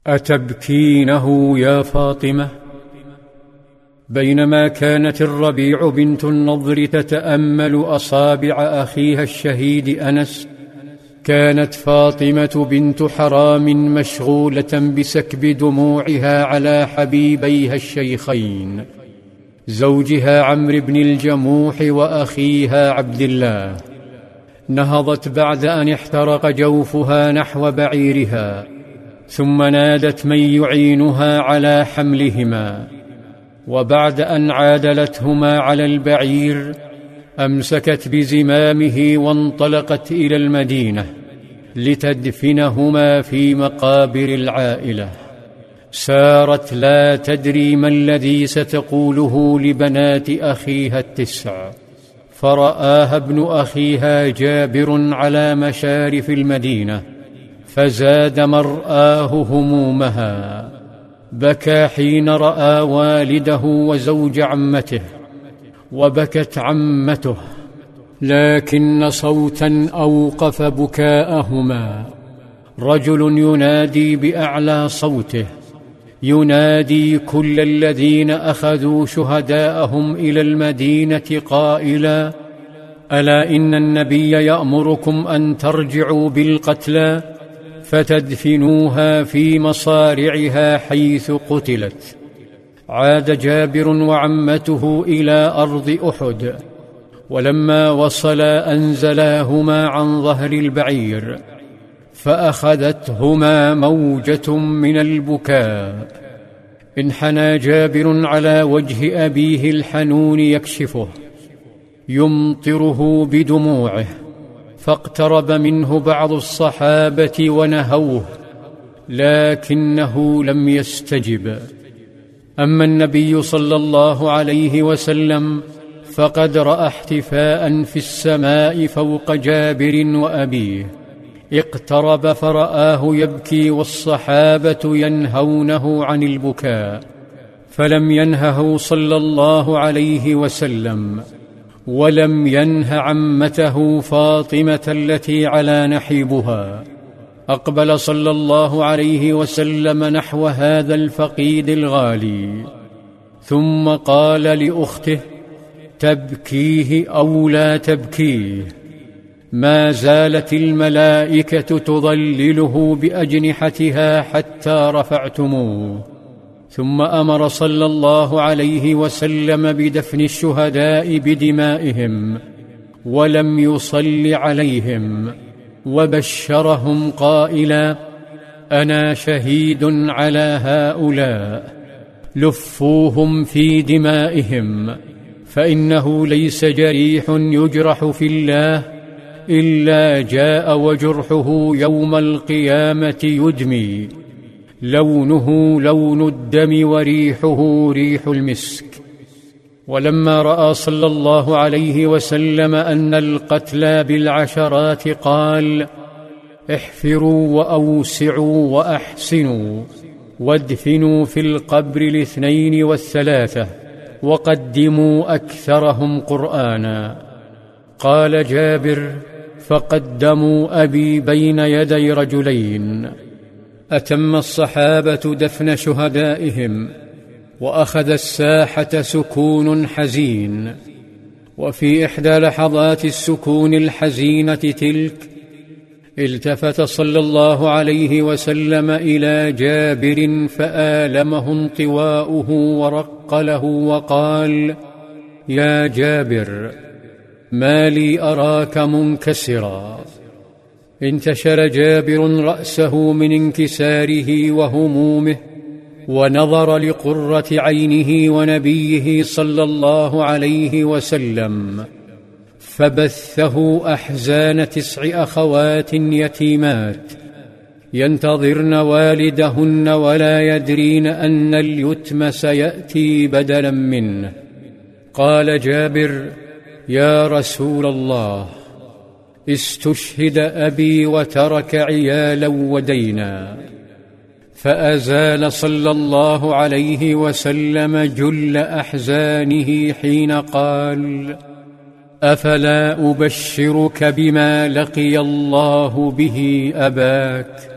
أتبكينه يا فاطمة؟ بينما كانت الربيع بنت النضر تتأمل أصابع أخيها الشهيد أنس، كانت فاطمة بنت حرام مشغولة بسكب دموعها على حبيبيها الشيخين، زوجها عمرو بن الجموح وأخيها عبد الله. نهضت بعد أن احترق جوفها نحو بعيرها، ثم نادت من يعينها على حملهما، وبعد أن عادلتهما على البعير أمسكت بزمامه وانطلقت إلى المدينة لتدفنهما في مقابر العائلة. سارت لا تدري ما الذي ستقوله لبنات أخيها ال9، فرآها ابن أخيها جابر على مشارف المدينة فزاد مرآه همومها، بكى حين رأى والده وزوج عمته، وبكت عمته، لكن صوتا أوقف بكاءهما، رجل ينادي بأعلى صوته، ينادي كل الذين أخذوا شهداءهم إلى المدينة قائلا: ألا إن النبي يأمركم أن ترجعوا بالقتلى فتدفنوها في مصارعها حيث قتلت. عاد جابر وعمته إلى أرض أحد، ولما وصلا أنزلاهما عن ظهر البعير، فأخذتهما موجة من البكاء. انحنى جابر على وجه أبيه الحنون يكشفه، يمطره بدموعه، فاقترب منه بعض الصحابة ونهوه، لكنه لم يستجب. أما النبي صلى الله عليه وسلم فقد رأى احتفاء في السماء فوق جابر وأبيه، اقترب فرآه يبكي والصحابة ينهونه عن البكاء، فلم ينهه صلى الله عليه وسلم، ولم ينه عمته فاطمة التي على نحيبها. أقبل صلى الله عليه وسلم نحو هذا الفقيد الغالي، ثم قال لأخته: تبكيه أو لا تبكيه؟ ما زالت الملائكة تظلله بأجنحتها حتى رفعتموه. ثم أمر صلى الله عليه وسلم بدفن الشهداء بدمائهم، ولم يصل عليهم، وبشرهم قائلا: أنا شهيد على هؤلاء، لفوهم في دمائهم، فإنه ليس جريح يجرح في الله إلا جاء وجرحه يوم القيامة يدمي، لونه لون الدم وريحه ريح المسك. ولما رأى صلى الله عليه وسلم أن القتلى بالعشرات قال: احفروا وأوسعوا وأحسنوا، وادفنوا في القبر 2 و3، وقدموا أكثرهم قرآنا. قال جابر: فقدموا أبي بين يدي رجلين. أتم الصحابة دفن شهدائهم، وأخذ الساحة سكون حزين. وفي إحدى لحظات السكون الحزينة تلك التفت صلى الله عليه وسلم إلى جابر فآلمه انطواؤه ورق له وقال: يا جابر، ما لي أراك منكسرا؟ انتشر جابر رأسه من انكساره وهمومه، ونظر لقرة عينه ونبيه صلى الله عليه وسلم، فبثه أحزان 9 أخوات يتيمات ينتظرن والدهن ولا يدرين أن اليتم سيأتي بدلا منه. قال جابر: يا رسول الله، استشهد أبي وترك عيالا ودينا. فأزال صلى الله عليه وسلم جل أحزانه حين قال: أفلا أبشرك بما لقي الله به أباك؟